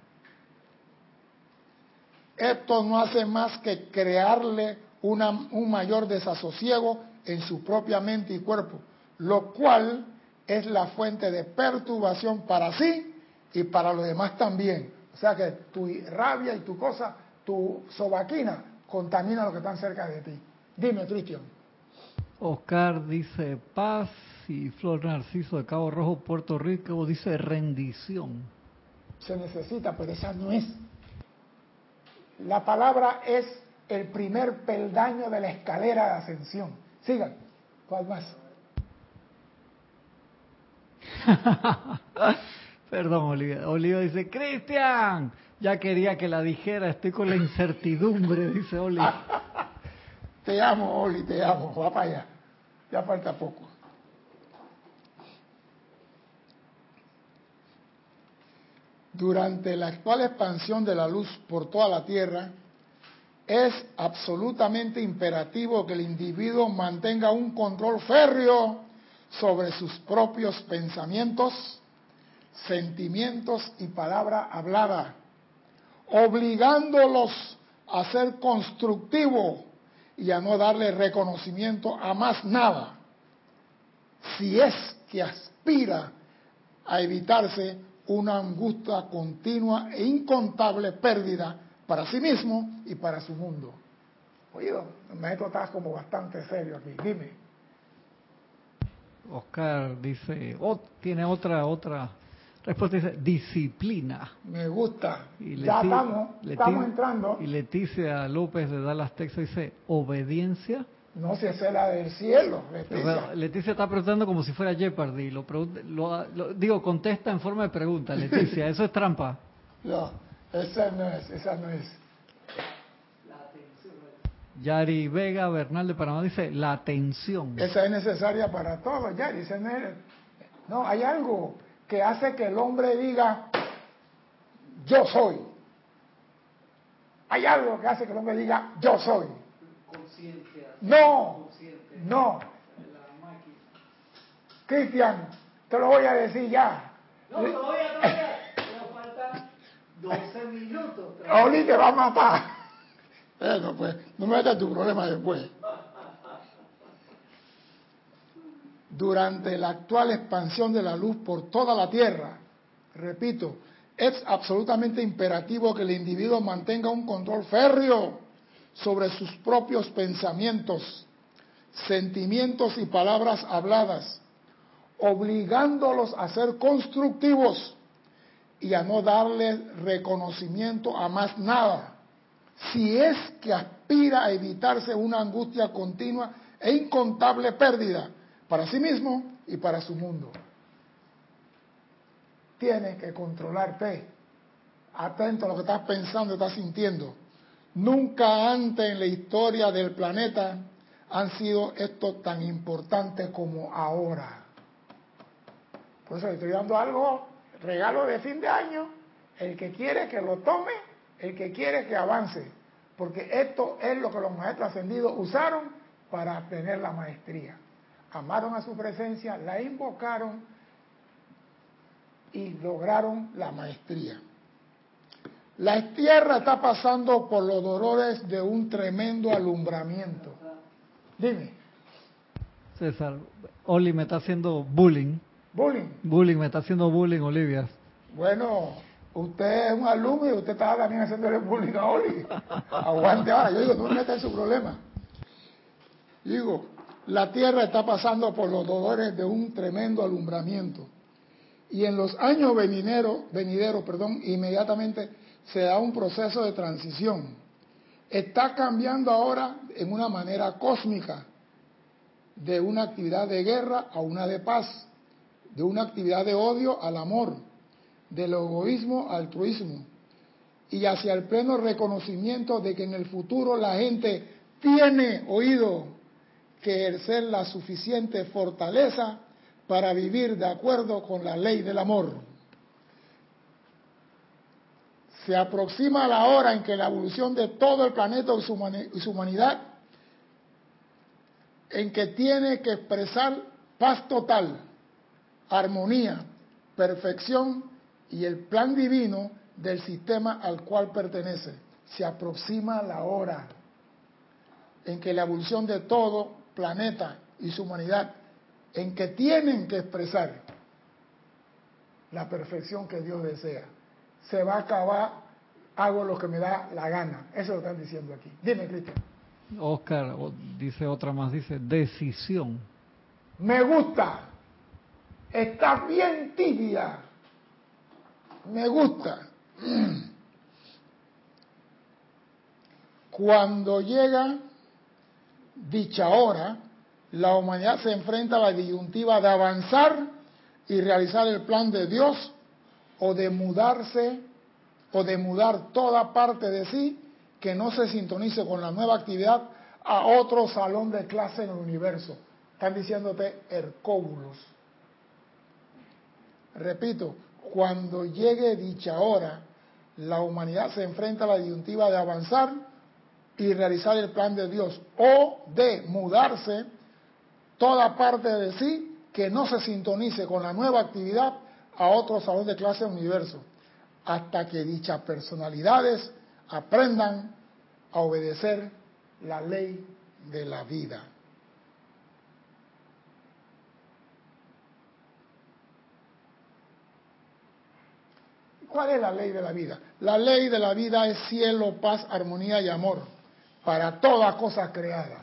S1: Esto no hace más que crearle una, un mayor desasosiego en su propia mente y cuerpo, lo cual es la fuente de perturbación para sí y para los demás también. O sea que tu rabia y tu cosa, tu sobaquina, contamina a los que están cerca de ti. Dime, Cristian.
S3: Oscar dice paz y Flor Narciso de Cabo Rojo, Puerto Rico, dice rendición.
S1: Se necesita, pero esa no es. La palabra es el primer peldaño de la escalera de ascensión. Sigan. ¿Cuál más?
S3: Perdón, Olivia. Olivia dice, Cristian, ya quería que la dijera, estoy con la incertidumbre, dice Oli.
S1: Te amo, Oli, te amo. Va para allá. Ya falta poco. Durante la actual expansión de la luz por toda la Tierra, es absolutamente imperativo que el individuo mantenga un control férreo sobre sus propios pensamientos, sentimientos y palabra hablada, obligándolos a ser constructivo y a no darle reconocimiento a más nada, si es que aspira a evitarse una angustia continua e incontable pérdida para sí mismo y para su mundo. Oído, el maestro está como bastante serio aquí. Dime.
S3: Oscar dice, oh, tiene otra otra respuesta, dice disciplina.
S1: Me gusta.
S3: Y
S1: ya
S3: Leti-
S1: estamos,
S3: Leti-
S1: estamos entrando.
S3: Y Leticia López de Dallas, Texas dice obediencia.
S1: No se hace la del cielo, Leticia.
S3: Pero Leticia está preguntando como si fuera Jeopardy. Lo, pregunta- lo- lo- digo, contesta en forma de pregunta. Leticia, ¿eso es trampa?
S1: No, esa no es, esa no es.
S2: La atención.
S3: Yari Vega Bernal de Panamá dice la atención.
S1: Esa es necesaria para todos, ya dicen. No, hay algo que hace que el hombre diga, yo soy. Hay algo que hace que el hombre diga, yo soy.
S2: Conciencia.
S1: No,
S2: Consciente.
S1: no.
S2: La máquina.
S1: Cristian, te lo voy a decir ya.
S2: No, todavía, todavía. Pero faltan doce minutos.
S1: Oli te va a matar. Bueno, pues, no me metas tu problema después. Durante la actual expansión de la luz por toda la Tierra, repito, es absolutamente imperativo que el individuo mantenga un control férreo sobre sus propios pensamientos, sentimientos y palabras habladas, obligándolos a ser constructivos y a no darle reconocimiento a más nada, si es que aspira a evitarse una angustia continua e incontable pérdida para sí mismo y para su mundo. Tienes que controlarte. Atento a lo que estás pensando, estás sintiendo. Nunca antes en la historia del planeta han sido estos tan importantes como ahora. Por eso le estoy dando algo, regalo de fin de año. El que quiere que lo tome, el que quiere que avance. Porque esto es lo que los maestros ascendidos usaron para obtener la maestría. Amaron a su presencia, la invocaron y lograron la maestría. La tierra está pasando por los dolores de un tremendo alumbramiento. Dime.
S3: César, Oli me está haciendo bullying.
S1: Bullying.
S3: Bullying, me está haciendo bullying, Olivia.
S1: Bueno, usted es un alumno y usted está también haciéndole bullying a Oli. Aguante ahora. Yo digo, no me meta en su problema. Digo, la tierra está pasando por los dolores de un tremendo alumbramiento. Y en los años venideros, venideros, perdón, inmediatamente se da un proceso de transición. Está cambiando ahora en una manera cósmica, de una actividad de guerra a una de paz, de una actividad de odio al amor, del egoísmo al altruismo, y hacia el pleno reconocimiento de que en el futuro la gente tiene oído que ejercer la suficiente fortaleza para vivir de acuerdo con la ley del amor. Se aproxima la hora en que la evolución de todo el planeta y su, y su humanidad, en que tiene que expresar paz total, armonía, perfección y el plan divino del sistema al cual pertenece. Se aproxima la hora en que la evolución de todo planeta y su humanidad, en que tienen que expresar la perfección que Dios desea. Se va a acabar, hago lo que me da la gana. Eso lo están diciendo aquí. Dime, Cristian.
S3: Oscar dice otra más, dice decisión.
S1: Me gusta. Está bien tibia. Me gusta. Cuando llega dicha hora, la humanidad se enfrenta a la disyuntiva de avanzar y realizar el plan de Dios, o de mudarse, o de mudar toda parte de sí que no se sintonice con la nueva actividad a otro salón de clase en el universo. Están diciéndote Hercóbulos. Repito, cuando llegue dicha hora, la humanidad se enfrenta a la disyuntiva de avanzar y realizar el plan de Dios, o de mudarse toda parte de sí que no se sintonice con la nueva actividad a otro salón de clase del universo, hasta que dichas personalidades aprendan a obedecer la ley de la vida. ¿Cuál es la ley de la vida? La ley de la vida es cielo, paz, armonía y amor para toda cosa creada.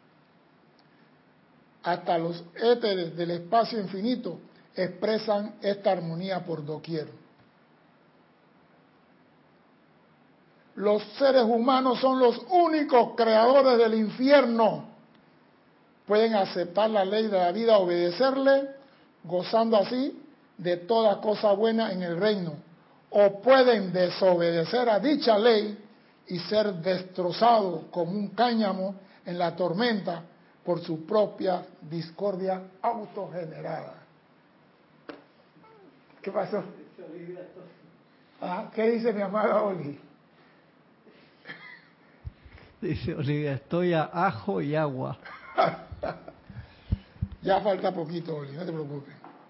S1: Hasta los éteres del espacio infinito expresan esta armonía por doquier. Los seres humanos son los únicos creadores del infierno. Pueden aceptar la ley de la vida, obedecerle, gozando así de toda cosa buena en el reino. O pueden desobedecer a dicha ley y ser destrozados como un cáñamo en la tormenta por su propia discordia autogenerada. ¿Qué pasó? ¿Ah? ¿Qué dice mi amada Oli?
S3: Dice Olivia, estoy a ajo y agua.
S1: Ya falta poquito, Oli, no te preocupes.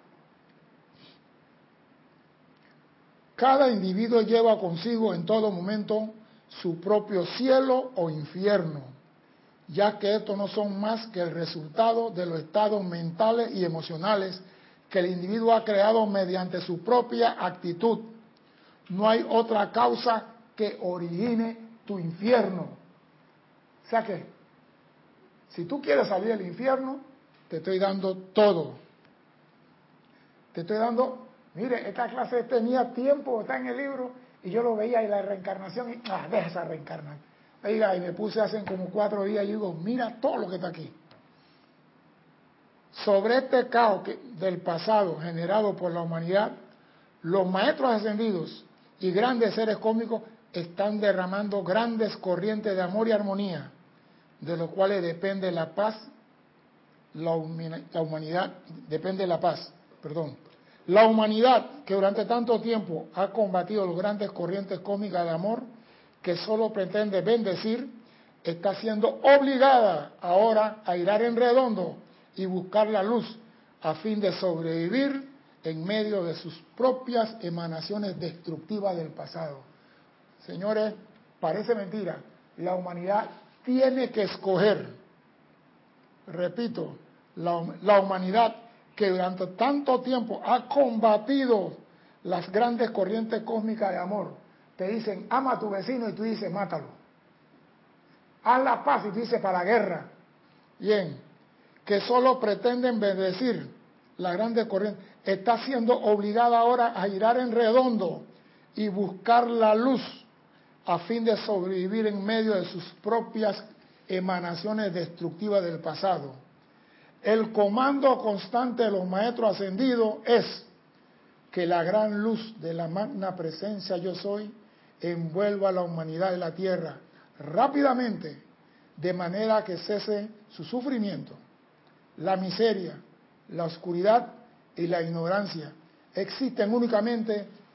S1: Cada individuo lleva consigo en todo momento su propio cielo o infierno, ya que estos no son más que el resultado de los estados mentales y emocionales que el individuo ha creado mediante su propia actitud. No hay otra causa que origine tu infierno. O sea que, si tú quieres salir del infierno, te estoy dando todo. Te estoy dando... Mire, esta clase tenía tiempo, está en el libro, y yo lo veía y la reencarnación, y ah, deja esa reencarnación. Oiga, y me puse hace como cuatro días y digo, mira todo lo que está aquí. Sobre este caos que, del pasado generado por la humanidad, los maestros ascendidos y grandes seres cósmicos están derramando grandes corrientes de amor y armonía, de los cuales depende la paz, la, la humanidad, depende la paz, perdón. La humanidad, que durante tanto tiempo ha combatido las grandes corrientes cósmicas de amor, que solo pretende bendecir, está siendo obligada ahora a girar en redondo y buscar la luz a fin de sobrevivir en medio de sus propias emanaciones destructivas del pasado. Señores, parece mentira, la humanidad tiene que escoger, repito, la, la humanidad que durante tanto tiempo ha combatido las grandes corrientes cósmicas de amor, te dicen, ama a tu vecino y tú dices, mátalo. Haz la paz y tú dices, para la guerra. Bien, que solo pretenden bendecir la grandes corrientes, está siendo obligada ahora a girar en redondo y buscar la luz a fin de sobrevivir en medio de sus propias emanaciones destructivas del pasado. El comando constante de los maestros ascendidos es que la gran luz de la magna presencia yo soy envuelva a la humanidad de la tierra rápidamente, de manera que cese su sufrimiento, la miseria, la oscuridad y la ignorancia. Existen únicamente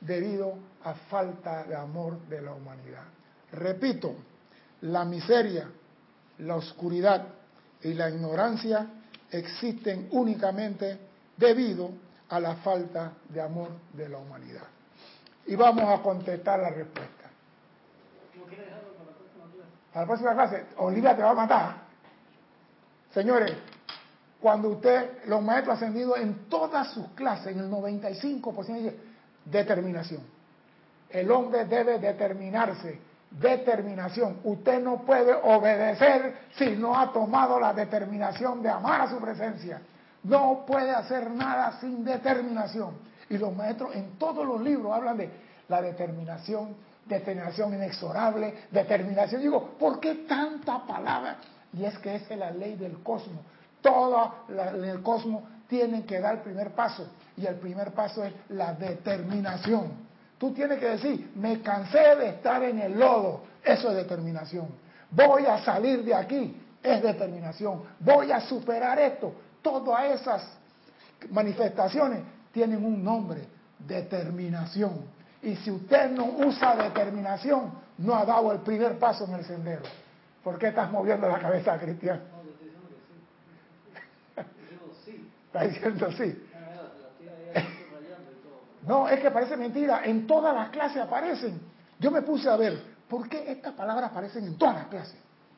S1: debido a falta de amor de la humanidad. Repito, la miseria, la oscuridad y la ignorancia existen únicamente debido a la falta de amor de la humanidad. Y vamos a contestar la respuesta.
S2: ¿No quieres dejarlo para la próxima clase?
S1: Para la próxima clase, Olivia te va a matar. Señores, cuando usted, los maestros ascendidos en todas sus clases, en el noventa y cinco por ciento, dicen determinación. El hombre debe determinarse, determinación. Usted no puede obedecer si no ha tomado la determinación de amar a su presencia. No puede hacer nada sin determinación. Y los maestros en todos los libros hablan de la determinación, determinación inexorable, determinación. Digo, ¿por qué tanta palabra? Y es que esa es la ley del cosmos. Todo en el cosmos tienen que dar el primer paso. Y el primer paso es la determinación. Tú tienes que decir, me cansé de estar en el lodo. Eso es determinación. Voy a salir de aquí. Es determinación. Voy a superar esto. Todas esas manifestaciones tienen un nombre, determinación. Y si usted no usa determinación, no ha dado el primer paso en el sendero. ¿Por qué estás moviendo la cabeza, Cristian?
S2: No, yo estoy diciendo que sí. Yo sí.
S1: Está diciendo sí.
S2: No, no, la estoy ahí subrayando y todo.
S1: No, es que parece mentira. En todas las clases aparecen. Yo me puse a ver, ¿por qué estas palabras aparecen en todas las clases?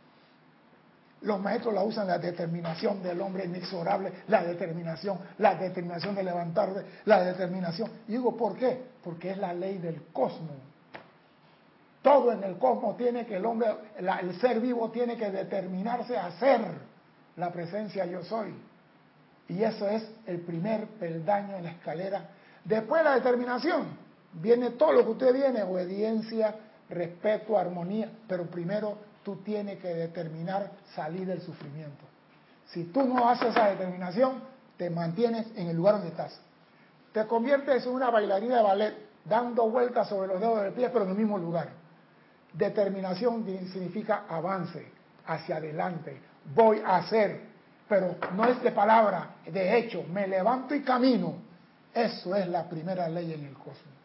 S1: Los maestros la usan, la determinación del hombre inexorable, la determinación, la determinación de levantarse, la determinación. Y digo, ¿por qué? Porque es la ley del cosmos. Todo en el cosmos tiene que el hombre, la, el ser vivo tiene que determinarse a ser la presencia yo soy. Y eso es el primer peldaño en la escalera. Después de la determinación, viene todo lo que usted viene, obediencia, respeto, armonía, pero primero tú tienes que determinar salir del sufrimiento. Si tú no haces esa determinación, te mantienes en el lugar donde estás. Te conviertes en una bailarina de ballet, dando vueltas sobre los dedos del pie, pero en el mismo lugar. Determinación significa avance, hacia adelante, voy a hacer, pero no es de palabra, de hecho, me levanto y camino. Eso es la primera ley en el cosmos.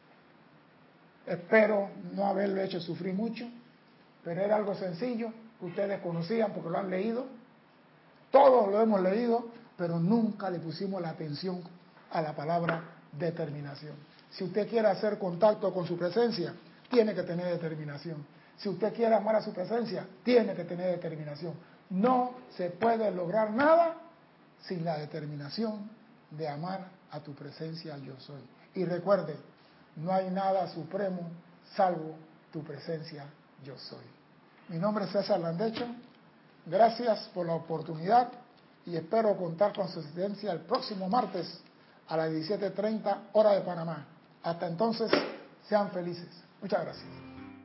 S1: Espero no haberlo hecho sufrir mucho, pero era algo sencillo, que ustedes conocían porque lo han leído. Todos lo hemos leído, pero nunca le pusimos la atención a la palabra determinación. Si usted quiere hacer contacto con su presencia, tiene que tener determinación. Si usted quiere amar a su presencia, tiene que tener determinación. No se puede lograr nada sin la determinación de amar a tu presencia yo soy. Y recuerde, no hay nada supremo salvo tu presencia yo soy. Mi nombre es César Landecho. Gracias por la oportunidad y espero contar con su asistencia el próximo martes a las diecisiete treinta hora de Panamá. Hasta entonces, sean felices. Muchas gracias.